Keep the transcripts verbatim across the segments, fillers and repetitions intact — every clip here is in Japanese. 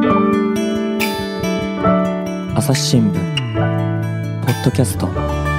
朝日新聞ポッドキャスト。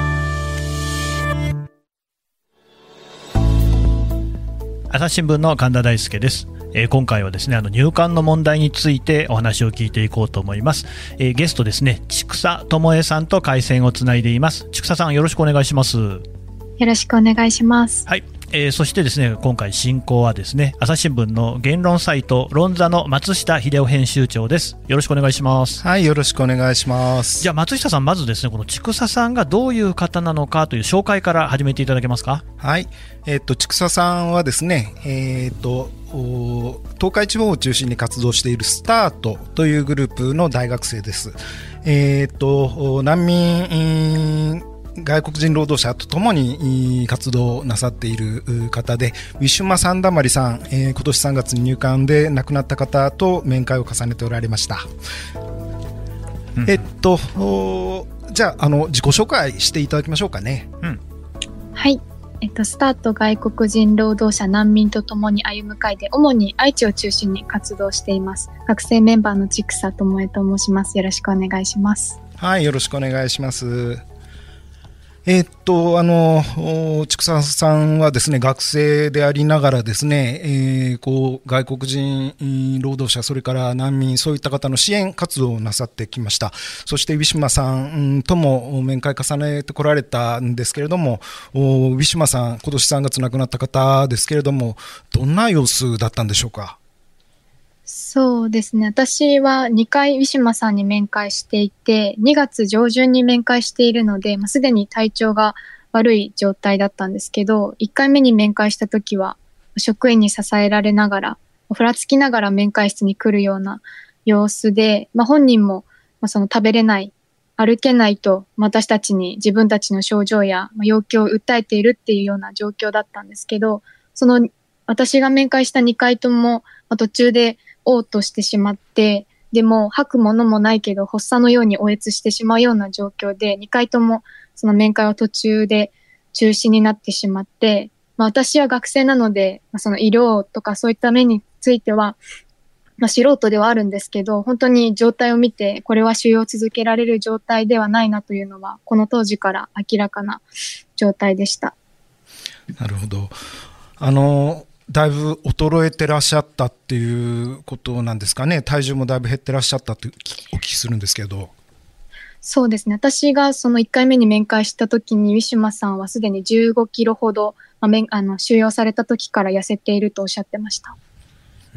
朝日新聞の神田大輔です。えー、今回はですねあの入管の問題についてお話を聞いていこうと思います。えー、ゲストですね千種智恵さんと回線をつないでいます。千種さん、よろしくお願いします。よろしくお願いします。 はい。えー、そしてですね今回進行はですね朝日新聞の言論サイト論座の松下秀夫編集長です。よろしくお願いします。 はい、よろしくお願いします。 じゃあ松下さん、まずですねこの千種さんがどういう方なのかという紹介から始めていただけますか。 はい、えー、っと千種さんはですね、えー、っと東海地方を中心に活動しているスタートというグループの大学生です。えー、っと難民外国人労働者とともに活動なさっている方で、ウィシュマ・サンダマリさん、えー、今年さんがつに入管で亡くなった方と面会を重ねておられました。うん、えっとじゃあ、あの自己紹介していただきましょうかね。 うん、はい、えっと、スタート外国人労働者難民とともに歩む会で主に愛知を中心に活動しています。学生メンバーの千種智恵と申します。よろしくお願いします。 はい、よろしくお願いします。えー、っと、あの、千種さんはですね、学生でありながらですね、えー、こう、外国人労働者、それから難民、そういった方の支援活動をなさってきました。そして、ウィシュマさんとも面会重ねてこられたんですけれども、ウィシュマさん、今年さんがつ亡くなった方ですけれども、どんな様子だったんでしょうか。 そうですね。私はにかいウィシュマさんに面会していて、にがつ上旬に面会しているので、まあ、すでに体調が悪い状態だったんですけど、いっかいめに面会した時は、職員に支えられながら、ふらつきながら面会室に来るような様子で、まあ、本人も、まあ、その食べれない、歩けないと、私たちに自分たちの症状や要求を訴えているっていうような状況だったんですけど、その私が面会したにかいとも、まあ、途中で嘔吐してしまって、でも吐くものもないけど発作のように嗚咽してしまうような状況で、にかいともその面会は途中で中止になってしまって、まあ、私は学生なので、まあ、その医療とかそういった面については、まあ、素人ではあるんですけど、本当に状態を見てこれは収容を続けられる状態ではないなというのはこの当時から明らかな状態でした。 なるほど。あのだいぶ衰えてらっしゃったっていうことなんですかね。体重もだいぶ減ってらっしゃったとお聞きするんですけど。 そうですね。私がそのいっかいめに面会した時にウィシュマさんはすでにじゅうごキロほど、まあ、あの収容された時から痩せているとおっしゃってました。 うん、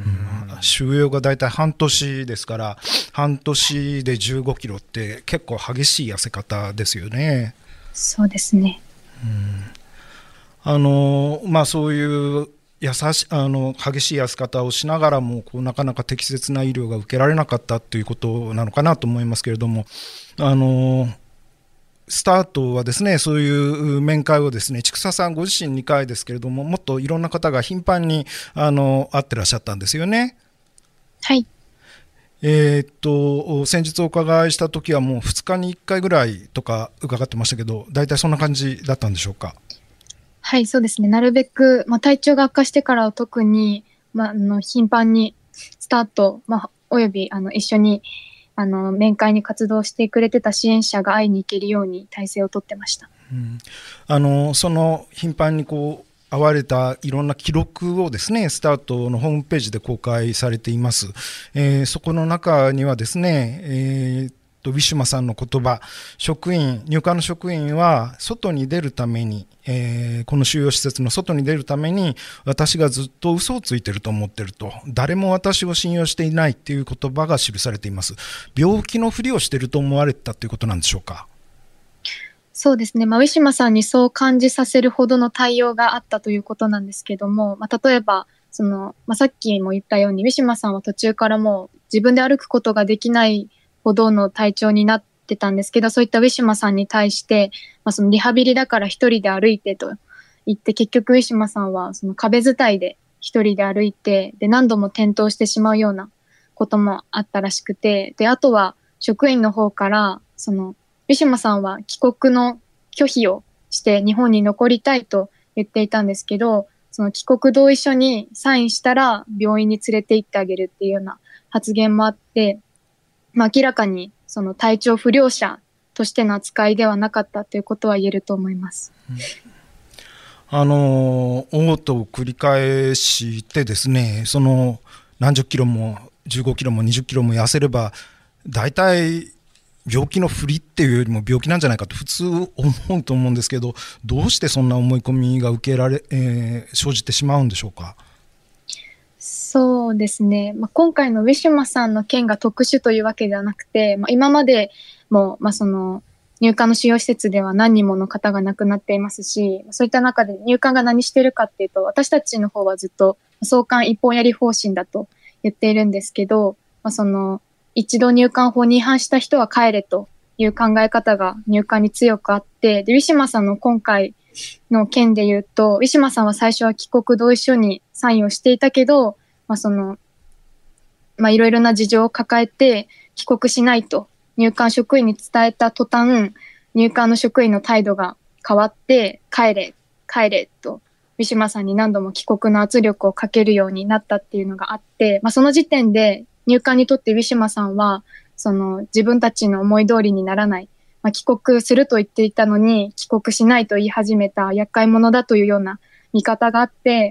収容がだいたい半年ですから、半年でじゅうごキロって結構激しい痩せ方ですよね。 そうですね。 うん、あのまあそういう優しあの激しい痩せ方をしながらもこうなかなか適切な医療が受けられなかったということなのかなと思いますけれども、あのスタートはですね、そういう面会をですね、千種さんご自身にかいですけれども、もっといろんな方が頻繁にあの会ってらっしゃったんですよね。 はい。 えー、っと先日お伺いした時はもうふつかにいっかいぐらいとか伺ってましたけど、大体そんな感じだったんでしょうか。 はい、そうですね。なるべく、まあ、体調が悪化してからは特に、まあ、あの頻繁にスタート、まあ、およびあの一緒にあの面会に活動してくれてた支援者が会いに行けるように体制をとってました。 うん、あのその頻繁にこう会われたいろんな記録をですね、スタートのホームページで公開されています。えー、そこの中にはですね、えーウィシュマさんの言葉、職員、入管の職員は外に出るために、えー、この収容施設の外に出るために私がずっと嘘をついていると思っていると、誰も私を信用していないという言葉が記されています。病気のふりをしていると思われたということなんでしょうか。 そうですね、まあ、ウィシュマさんにそう感じさせるほどの対応があったということなんですけども、まあ、例えばその、まあ、さっきも言ったようにウィシュマさんは途中からもう自分で歩くことができないほどの体調になってたんですけど、そういったウィシュマさんに対して、まあ、そのリハビリだから一人で歩いてと言って、結局ウィシュマさんはその壁伝いで一人で歩いて、で何度も転倒してしまうようなこともあったらしくて、であとは職員の方からそのウィシュマさんは帰国の拒否をして日本に残りたいと言っていたんですけど、その帰国同意書にサインしたら病院に連れて行ってあげるっていうような発言もあって、 まあ、明らかにその体調不良者としての扱いではなかったということは言えると思います。うん、 あの嘔吐を繰り返してですね、その何十キロもじゅうごキロもにじゅっキロも痩せれば大体病気のふりっていうよりも病気なんじゃないかと普通思うと思うんですけど、どうしてそんな思い込みが受けられ、えー、生じてしまうんでしょうか。 そうですね、まあ、今回のウィシュマさんの件が特殊というわけではなくて、まあ、今までも、まあ、その入管の収容施設では何人もの方が亡くなっていますし、そういった中で入管が何しているかっていうと、私たちの方はずっと送還一本やり方針だと言っているんですけど、まあ、その一度入管法に違反した人は帰れという考え方が入管に強くあって、でウィシュマさんの今回の件で言うと、ウィシュマさんは最初は帰国同意書にサインをしていたけど、まあ、そのまあいろいろな事情を抱えて帰国しないと入管職員に伝えた途端、入管の職員の態度が変わって帰れ帰れとウィシュマさんに何度も帰国の圧力をかけるようになったっていうのがあって、まあ、その時点で入管にとってウィシュマさんはその自分たちの思い通りにならない、まあ、帰国すると言っていたのに帰国しないと言い始めた厄介者だというような見方があって、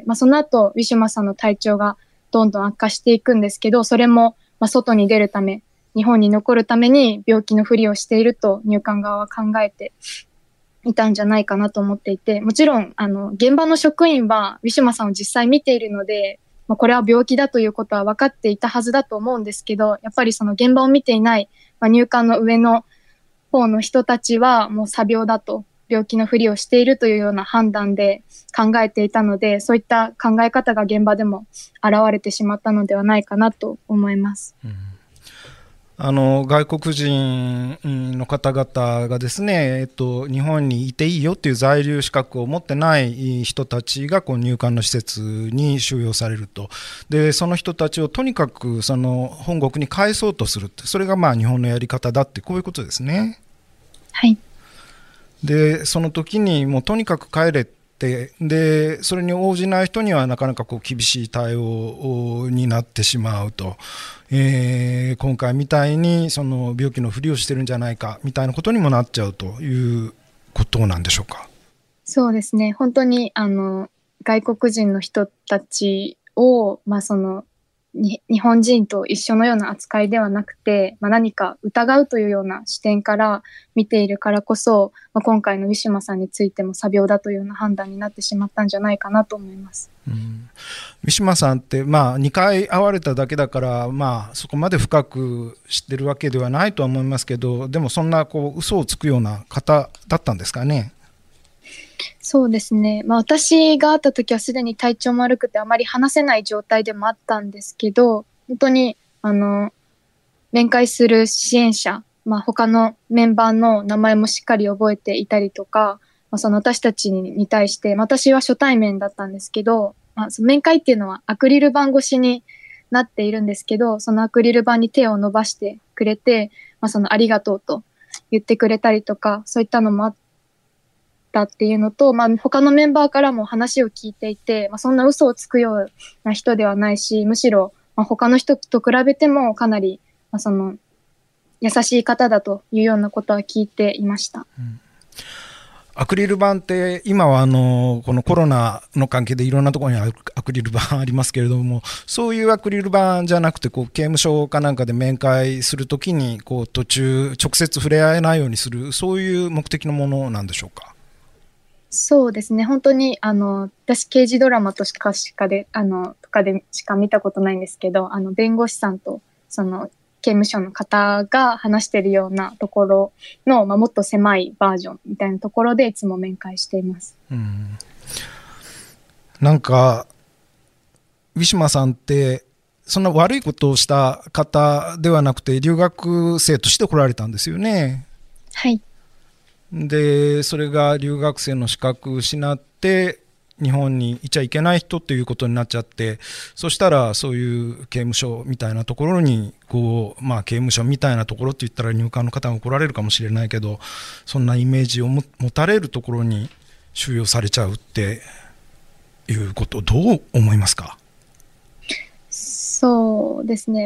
まあ、その後ウィシュマさんの体調がどんどん悪化していくんですけど、それもまあ外に出るため、日本に残るために病気のふりをしていると入管側は考えていたんじゃないかなと思っていて、もちろんあの現場の職員はウィシュマさんを実際見ているので、まあ、これは病気だということは分かっていたはずだと思うんですけど、やっぱりその現場を見ていない、まあ、入管の上の方の人たちはもう詐病だと、病気のふりをしているというような判断で考えていたので、そういった考え方が現場でも現れてしまったのではないかなと思います。うん、 あの外国人の方々がですね、えっと、日本にいていいよという在留資格を持ってない人たちがこう入管の施設に収容されると。でその人たちをとにかくその本国に返そうとするって、それがまあ日本のやり方だって、こういうことですね。 はい。 でその時にもうとにかく帰れって、でそれに応じない人にはなかなかこう厳しい対応になってしまうと、えー、今回みたいにその病気のふりをしてるんじゃないかみたいなことにもなっちゃうということなんでしょうか。 そうですね、本当にあの外国人の人たちを、まあ、そのに日本人と一緒のような扱いではなくて、まあ、何か疑うというような視点から見ているからこそ、まあ、今回のウィシュマさんについても詐病だというような判断になってしまったんじゃないかなと思います。 うん、ウィシュマさんって、まあ、にかい会われただけだから、まあ、そこまで深く知ってるわけではないとは思いますけど、でもそんなこう嘘をつくような方だったんですかね。 そうですね、まあ、私が会った時はすでに体調も悪くてあまり話せない状態でもあったんですけど、本当にあの面会する支援者、まあ、他のメンバーの名前もしっかり覚えていたりとか、まあ、その私たちに対して、私は初対面だったんですけど、まあ、その面会っていうのはアクリル板越しになっているんですけど、そのアクリル板に手を伸ばしてくれて、まあ、そのありがとうと言ってくれたりとか、そういったのもあってだっていうのと、まあ、他のメンバーからも話を聞いていて、まあ、そんな嘘をつくような人ではないし、むしろ、まあ、他の人と比べてもかなり、まあ、その優しい方だというようなことは聞いていました。うん、 アクリル板って今はあのこのコロナの関係でいろんなところにアクリル板ありますけれども、そういうアクリル板じゃなくてこう刑務所かなんかで面会するときにこう途中直接触れ合えないようにする、そういう目的のものなんでしょうか。 そうですね、本当にあの私刑事ドラマとしかしかであのとかでしか見たことないんですけど、あの弁護士さんとその刑務所の方が話しているようなところの、まあ、もっと狭いバージョンみたいなところでいつも面会しています。うん、 なんかウィシュマさんってそんな悪いことをした方ではなくて留学生として来られたんですよね。 はい。 でそれが留学生の資格を失って日本にいちゃいけない人ということになっちゃって、そしたらそういう刑務所みたいなところにこう、まあ、刑務所みたいなところって言ったら入管の方が怒られるかもしれないけど、そんなイメージを持たれるところに収容されちゃうっていうこと、どう思いますか。 そうですね、まあ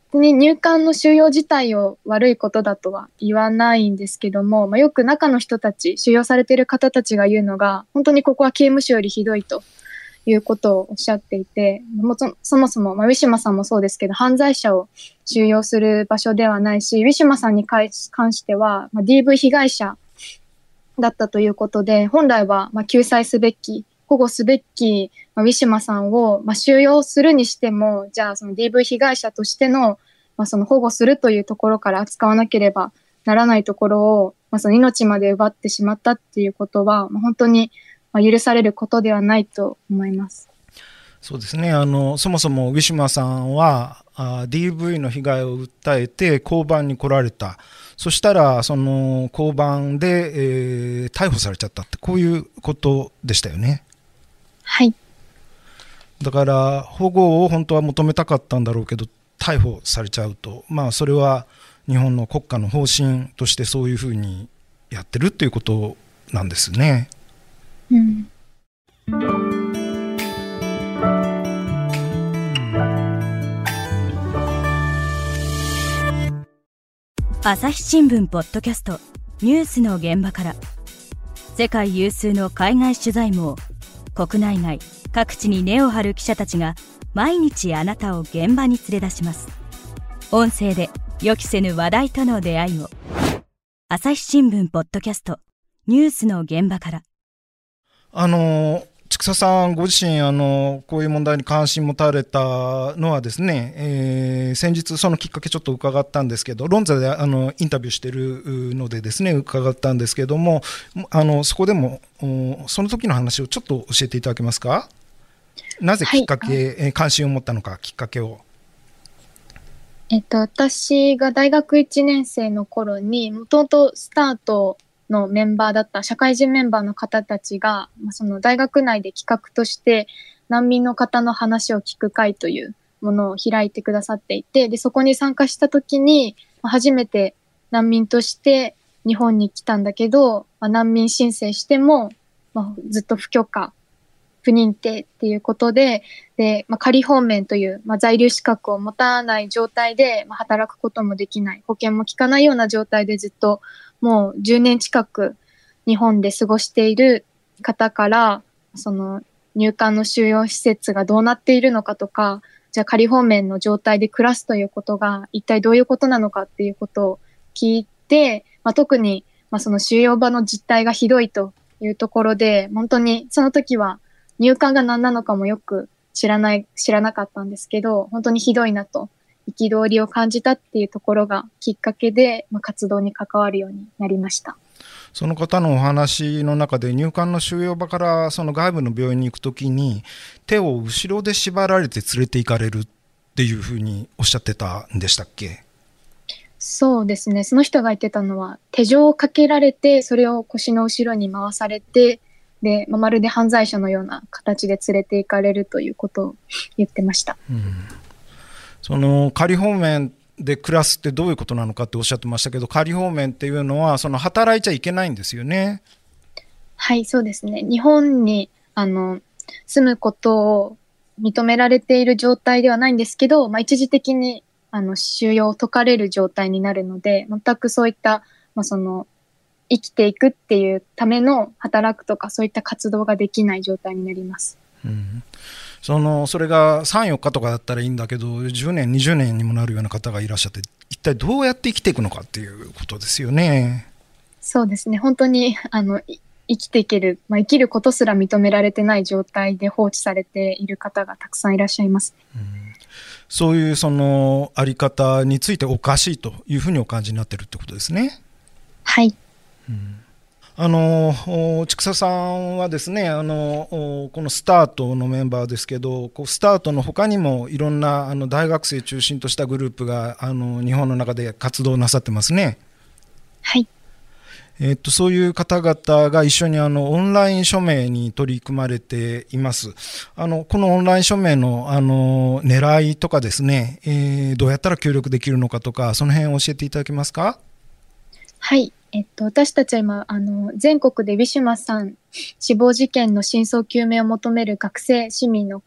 に入管の収容自体を悪いことだとは言わないんですけども、まあ、よく中の人たち、収容されている方たちが言うのが、本当にここは刑務所よりひどいということをおっしゃっていて、もそそもそも、まあ、ウィシュマさんもそうですけど、犯罪者を収容する場所ではないし、ウィシュマさんに関しては、まあ、ディーブイ 被害者だったということで、本来はまあ救済すべき、保護すべき、まあ、ウィシュマさんを、まあ、収容するにしても、じゃあその ディーブイ 被害者としての、まあ、その保護するというところから扱わなければならないところを、まあ、その命まで奪ってしまったっていうことは、まあ、本当にまあ許されることではないと思います。 そうですね。あの、そもそもウィシュマさんはあ ディーブイ の被害を訴えて交番に来られた。そしたら、その交番で、えー、逮捕されちゃったって、こういうことでしたよね。 はい。 だから保護を本当は求めたかったんだろうけど逮捕されちゃうと、まあそれは日本の国家の方針としてそういうふうにやってるっていうことなんですね。 うん。 朝日新聞ポッドキャストニュースの現場から、世界有数の海外取材網、国内外各地に根を張る記者たちが毎日あなたを現場に連れ出します。音声で予期せぬ話題との出会いを。朝日新聞ポッドキャストニュースの現場から。 あの千種さんご自身あのこういう問題に関心持たれたのはですね、えー、先日そのきっかけちょっと伺ったんですけど、論座であのインタビューしてるのでですね伺ったんですけども、あのそこでもその時の話をちょっと教えていただけますか。なぜきっかけ、はい、関心を持ったのかきっかけを。 えっと、私が大学いちねん生の頃にもともとスタートのメンバーだった社会人メンバーの方たちが、まあ、その大学内で企画として難民の方の話を聞く会というものを開いてくださっていて、でそこに参加した時に、まあ、初めて難民として日本に来たんだけど、まあ、難民申請しても、まあ、ずっと不許可不認定っていうことで、で、まあ、仮放免という、まあ、在留資格を持たない状態で、まあ、働くこともできない、保険も効かないような状態でずっともうじゅうねん近く日本で過ごしている方から、その入管の収容施設がどうなっているのかとか、じゃあ仮放免の状態で暮らすということが一体どういうことなのかっていうことを聞いて、まあ、特にまあその収容場の実態がひどいというところで、本当にその時は入管が何なのかもよく知らない、知らなかったんですけど、本当にひどいなと、憤りを感じたっていうところがきっかけで、まあ、活動に関わるようになりました。 その方のお話の中で、入管の収容場からその外部の病院に行くときに、手を後ろで縛られて連れて行かれるっていうふうにおっしゃってたんでしたっけ？ そうですね。その人が言ってたのは、手錠をかけられて、それを腰の後ろに回されて、で、まあ、まるで犯罪者のような形で連れて行かれるということを言ってました。 うん、その仮放免で暮らすってどういうことなのかっておっしゃってましたけど、仮放免っていうのはその働いちゃいけないんですよね。 はい、そうですね。日本にあの住むことを認められている状態ではないんですけど、まあ、一時的にあの収容を解かれる状態になるので、全くそういった、まあ、その生きていくっていうための働くとかそういった活動ができない状態になります。 うん、そのそれがさん、よっかとかだったらいいんだけど、じゅうねんにじゅうねんにもなるような方がいらっしゃって、一体どうやって生きていくのかっていうことですよね。 そうですね。本当にあの生きていける、まあ、生きることすら認められてない状態で放置されている方がたくさんいらっしゃいます。 うん、そういうそのあり方についておかしいというふうにお感じになっているってことですね。 はい。 うん、あの千種さんはですね、あのこのスタートのメンバーですけど、こうスタートの他にもいろんなあの大学生中心としたグループがあの日本の中で活動なさってますね。 はい。 えー、っとそういう方々が一緒にあのオンライン署名に取り組まれています。あのこのオンライン署名のあの狙いとかですね、えー、どうやったら協力できるのかとか、その辺教えていただけますか？ はい。えっと、私たちは今、あの、全国でウィシュマさん死亡事件の真相究明を求める学生市民の会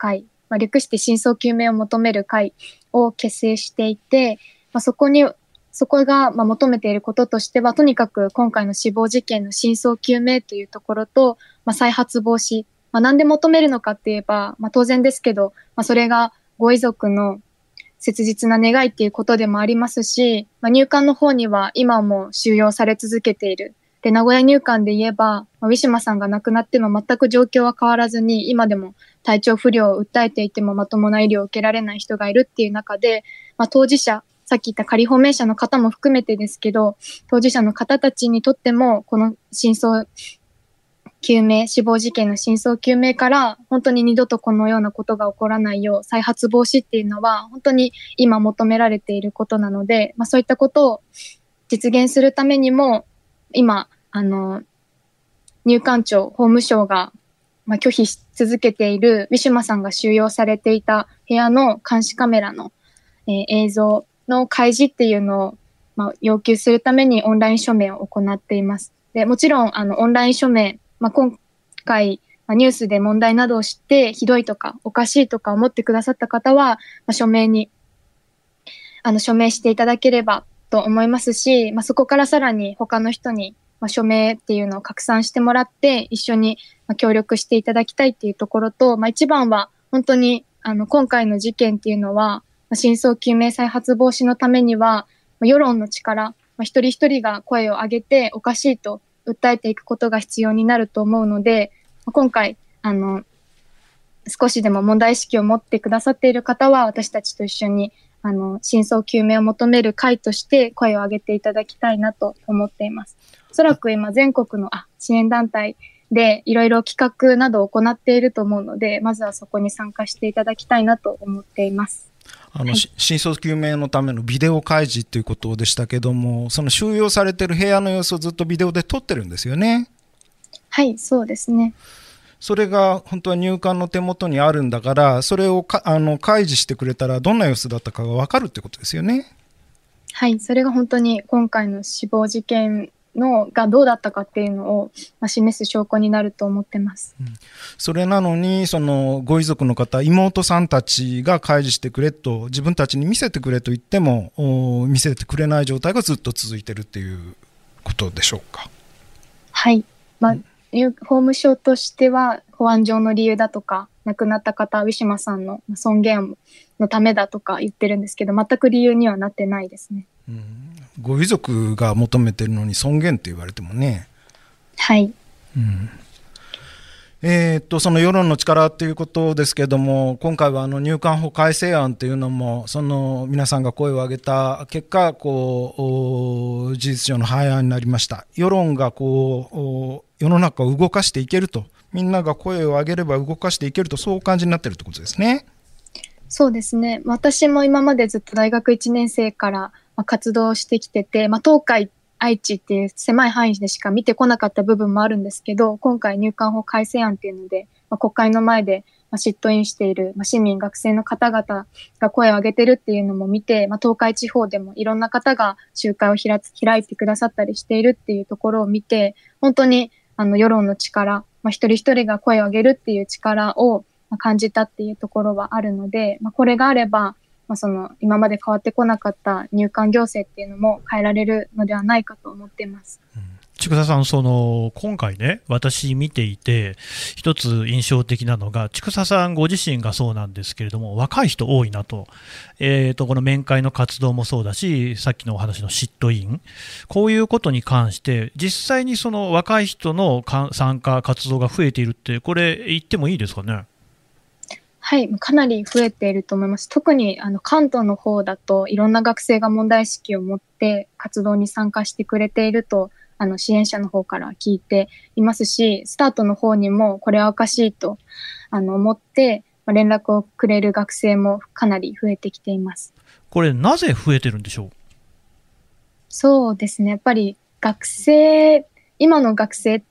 まあ、略して真相究明を求める会を結成していて、まあ、そこに、そこがまあ求めていることとしては、とにかく今回の死亡事件の真相究明というところと、まあ、再発防止、まあ、なんで求めるのかって言えば、まあ、当然ですけど、まあ、それがご遺族の切実な願いっていうことでもありますし、まあ、入管の方には今も収容され続けている。で、名古屋入管で言えば、まあ、ウィシュマさんが亡くなっても全く状況は変わらずに、今でも体調不良を訴えていてもまともな医療を受けられない人がいるっていう中で、まあ、当事者、さっき言った仮放免者の方も含めてですけど、当事者の方たちにとっても、この真相究明、死亡事件の真相究明から、本当に二度とこのようなことが起こらないよう、再発防止っていうのは、本当に今求められていることなので、まあ、そういったことを実現するためにも、今、あの、入管庁、法務省が、まあ、拒否し続けているウィシュマさんが収容されていた部屋の監視カメラの、えー映像の開示っていうのを、まあ、要求するためにオンライン署名を行っています。で、もちろん、あの、オンライン署名、まあ、今回、まあ、ニュースで問題などを知って、ひどいとか、おかしいとか思ってくださった方は、まあ、署名に、あの、署名していただければと思いますし、まあ、そこからさらに他の人に、まあ、署名っていうのを拡散してもらって、一緒にまあ協力していただきたいっていうところと、まあ、一番は、本当に、あの、今回の事件っていうのは、まあ、真相究明再発防止のためには、まあ、世論の力、まあ、一人一人が声を上げておかしいと訴えていくことが必要になると思うので、まあ、今回、あの、少しでも問題意識を持ってくださっている方は、私たちと一緒に、あの、真相究明を求める会として声を上げていただきたいなと思っています。おそらく今、全国のあ支援団体でいろいろ企画などを行っていると思うので、まずはそこに参加していただきたいなと思っています。 あの、 はい、 真相究明のためのビデオ開示ということでしたけども、その収容されている部屋の様子をずっとビデオで撮ってるんですよね。 はい、そうですね。 それが本当は入管の手元にあるんだから、それをかあの開示してくれたらどんな様子だったかが分かるってことですよね。 はい、それが本当に今回の死亡事件のがどうだったかっていうのを、まあ、示す証拠になると思ってます。 うん、それなのにそのご遺族の方、妹さんたちが開示してくれと自分たちに見せてくれと言っても見せてくれない状態がずっと続いているっていうことでしょうか。 はい、まあ、法務省としては保安上の理由だとか亡くなった方ウィシュマさんの尊厳のためだとか言ってるんですけど、全く理由にはなってないですね。 うん、ご遺族が求めてるのに尊厳って言われてもね。 はい、 うん、えー、っとその世論の力ということですけれども、今回はあの入管法改正案というのもその皆さんが声を上げた結果こう事実上の廃案になりました。世論がこう世の中を動かしていけると、みんなが声を上げれば動かしていけると、そうお感じになっているということですね。 そうですね。私も今までずっと大学いちねん生から活動してきてて、まあ、東海、愛知っていう狭い範囲でしか見てこなかった部分もあるんですけど、今回入管法改正案っていうので、まあ、国会の前でシットインしている市民、学生の方々が声を上げてるっていうのも見て、まあ、東海地方でもいろんな方が集会を開いてくださったりしているっていうところを見て、本当にあの世論の力、まあ、一人一人が声を上げるっていう力を感じたっていうところはあるので、まあ、これがあれば、まあ、その今まで変わってこなかった入管行政っていうのも変えられるのではないかと思っています。 うん、千草さん、その今回ね、私見ていて一つ印象的なのが、千草さんご自身がそうなんですけれども、若い人多いなと、えーとこの面会の活動もそうだし、さっきのお話のシットイン、こういうことに関して実際にその若い人の参加活動が増えているって、これ言ってもいいですかね。 はい、かなり増えていると思います。特にあの関東の方だといろんな学生が問題意識を持って活動に参加してくれていると、あの支援者の方から聞いていますし、スタートの方にもこれはおかしいとあの思って連絡をくれる学生もかなり増えてきています。 これなぜ増えてるんでしょう。 そうですね、やっぱり学生、今の学生って、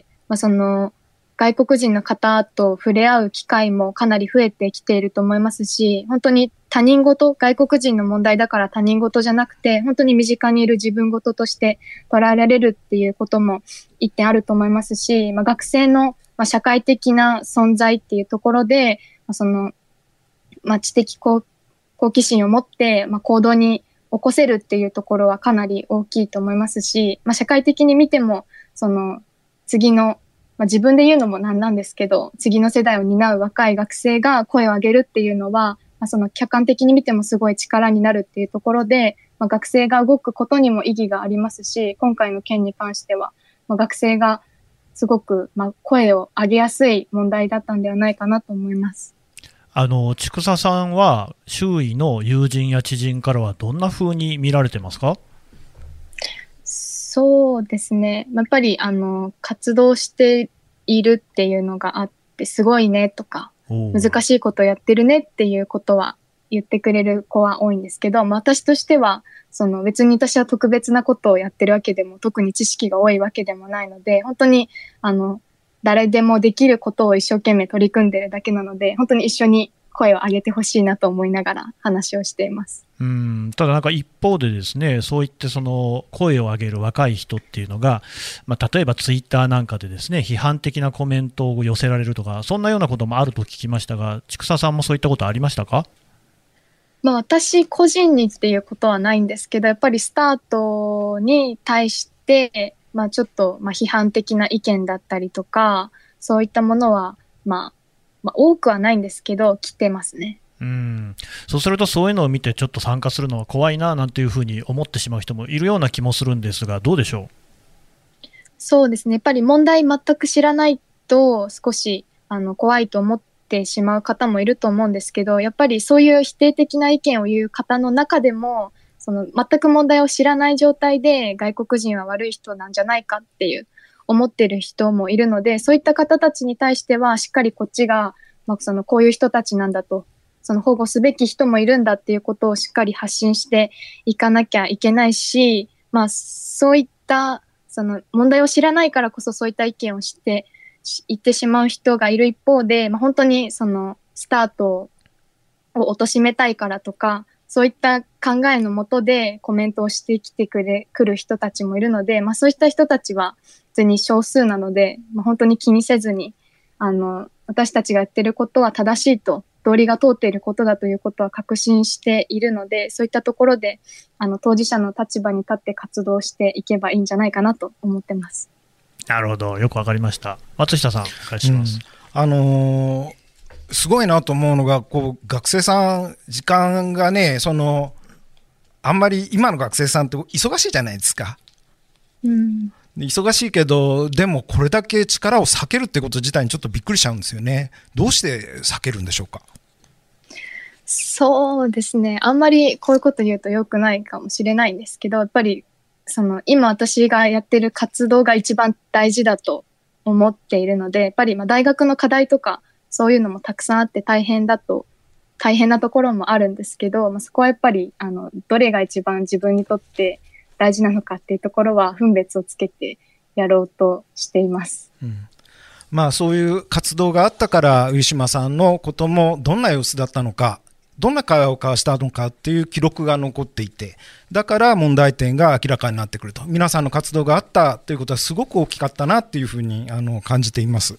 まあ、その外国人の方と触れ合う機会もかなり増えてきていると思いますし、本当に他人事、外国人の問題だから他人事じゃなくて、本当に身近にいる自分事として捉えられるっていうことも一点あると思いますし、まあ、学生の社会的な存在っていうところで、そのまあ、知的好好奇心を持って、まあ、行動に起こせるっていうところはかなり大きいと思いますし、まあ、社会的に見ても、その次の、まあ、自分で言うのもなんなんですけど、次の世代を担う若い学生が声を上げるっていうのは、まあ、その客観的に見てもすごい力になるっていうところで、まあ、学生が動くことにも意義がありますし、今回の件に関しては、まあ、学生がすごく、まあ、声を上げやすい問題だったんではないかなと思います。 あの千種さんは周囲の友人や知人からはどんな風に見られてますか？ そうですね。やっぱりあの活動しているっていうのがあってすごいねとか難しいことやってるねっていうことは言ってくれる子は多いんですけど、まあ、私としてはその別に私は特別なことをやってるわけでも特に知識が多いわけでもないので、本当にあの誰でもできることを一生懸命取り組んでるだけなので、本当に一緒に声を上げてほしいなと思いながら話をしています。 うん、ただなんか一方でですね、そういってその声を上げる若い人っていうのが、まあ、例えばツイッターなんかでですね批判的なコメントを寄せられるとか、そんなようなこともあると聞きましたが、千種さんもそういったことありましたか？ まあ、私個人にっていうことはないんですけど、やっぱりスタートに対してまあ、ちょっと、まあ、批判的な意見だったりとか、そういったものは、まあ、まあ、多くはないんですけど、来てますね。 うん、そうすると、そういうのを見て、ちょっと参加するのは怖いななんていうふうに思ってしまう人もいるような気もするんですが、どうでしょう？ そうですね。やっぱり問題全く知らないと、少しあの怖いと思ってしまう方もいると思うんですけど、やっぱりそういう否定的な意見を言う方の中でも、その全く問題を知らない状態で外国人は悪い人なんじゃないかっていう思ってる人もいるので、そういった方たちに対してはしっかりこっちが、まあ、そのこういう人たちなんだと、その保護すべき人もいるんだっていうことをしっかり発信していかなきゃいけないし、まあそういったその問題を知らないからこそそういった意見をして言ってしまう人がいる一方で、まあ、本当にそのスタートを貶めたいからとか、そういった考えのもとでコメントをしてきてくれ、くる人たちもいるので、まあそういった人たちは普通に少数なので、まあ、本当に気にせずに、あの、私たちがやってることは正しいと、道理が通っていることだということは確信しているので、そういったところで、あの、当事者の立場に立って活動していけばいいんじゃないかなと思ってます。 なるほど。よくわかりました。松下さん、お願いします。 うん、あのーすごいなと思うのが、こう学生さん時間がね、そのあんまり今の学生さんって忙しいじゃないですか、 うん、 忙しいけどでもこれだけ力を避けるってこと自体にちょっとびっくりしちゃうんですよね。どうして避けるんでしょうか？ そうですね、あんまりこういうこと言うと良くないかもしれないんですけど、やっぱりその今私がやってる活動が一番大事だと思っているので、やっぱりまあ大学の課題とかそういうのもたくさんあって大変だと、大変なところもあるんですけど、まあ、そこはやっぱり、あの、どれが一番自分にとって大事なのかっていうところは分別をつけてやろうとしています。 うん、まあそういう活動があったから、上島さんのこともどんな様子だったのか、どんな会話を交わしたのかっていう記録が残っていて、だから問題点が明らかになってくると。皆さんの活動があったということはすごく大きかったなっていうふうにあの感じています。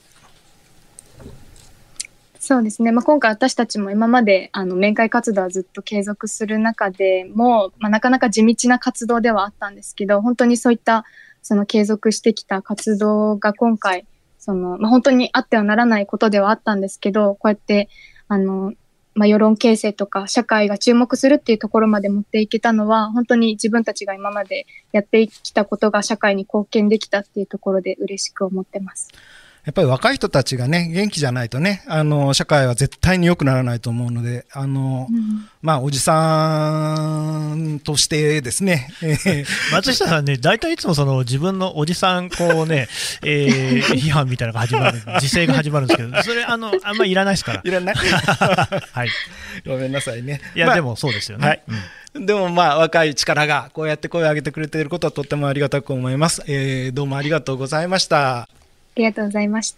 そうですね、まあ、今回私たちも今まであの面会活動はずっと継続する中でも、まあ、なかなか地道な活動ではあったんですけど、本当にそういったその継続してきた活動が今回その、まあ、本当にあってはならないことではあったんですけど、こうやってあの、まあ、世論形成とか社会が注目するっていうところまで持っていけたのは、本当に自分たちが今までやってきたことが社会に貢献できたっていうところで嬉しく思ってます。 やっぱり若い人たちがね、元気じゃないとね、あの、社会は絶対に良くならないと思うので、あの、うん、まあ、おじさんとしてですね。 松下さんね、大体いつもその自分のおじさん、こうね、えー、批判みたいなのが始まる、自制が始まるんですけど、それ、あの、あんまりいらないですから。 いらないはい。 ごめんなさいね。 いや、まあ、でもそうですよね。はいうん、でもまあ、若い力がこうやって声を上げてくれていることはとってもありがたく思います。えー、どうもありがとうございました。 ありがとうございました。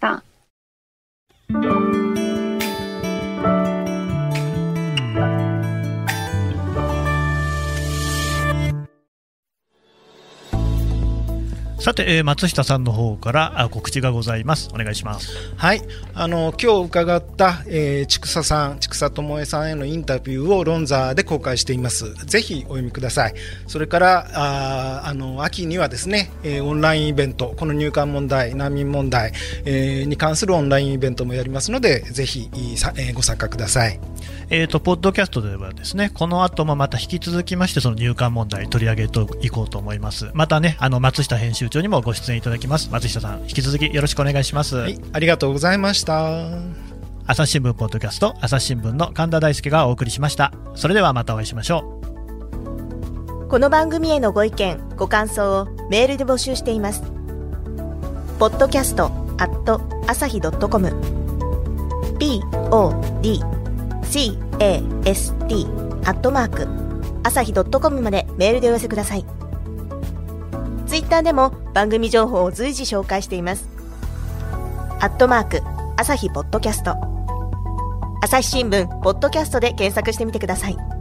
さて、えー、松下さんの方から告知がございます。お願いします。 はい、あの今日伺った、えー、千草さん、千草智恵さんへのインタビューをロンザーで公開しています。ぜひお読みください。それからああの秋にはですね、えー、オンラインイベント、この入管問題、難民問題、えー、に関するオンラインイベントもやりますので、ぜひ、えー、ご参加ください。 えーと、ポッドキャストではですね、この後もまた引き続きまして、その入管問題取り上げていこうと思います。またね、あの松下編集長にもご出演いただきます。松下さん、引き続きよろしくお願いします。 はい、ありがとうございました。 朝日新聞ポッドキャスト、朝日新聞の神田大輔がお送りしました。それではまたお会いしましょう。この番組へのご意見ご感想をメールで募集しています。ポッドキャストアット朝日ドットコム ピーオーディーシーエーエスティー アットマーク朝日ドットコムまでメールでお寄せください。ツイッターでも番組情報を随時紹介しています。アットマーク朝日ポッドキャスト、朝日新聞ポッドキャストで検索してみてください。